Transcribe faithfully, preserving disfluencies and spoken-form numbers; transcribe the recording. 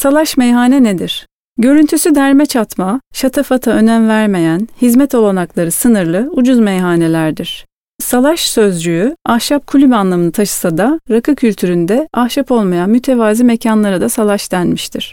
Salaş meyhane nedir? Görüntüsü derme çatma, şatafata önem vermeyen, hizmet olanakları sınırlı, ucuz meyhanelerdir. Salaş sözcüğü ahşap kulüp anlamını taşısa da rakı kültüründe ahşap olmayan mütevazi mekanlara da salaş denmiştir.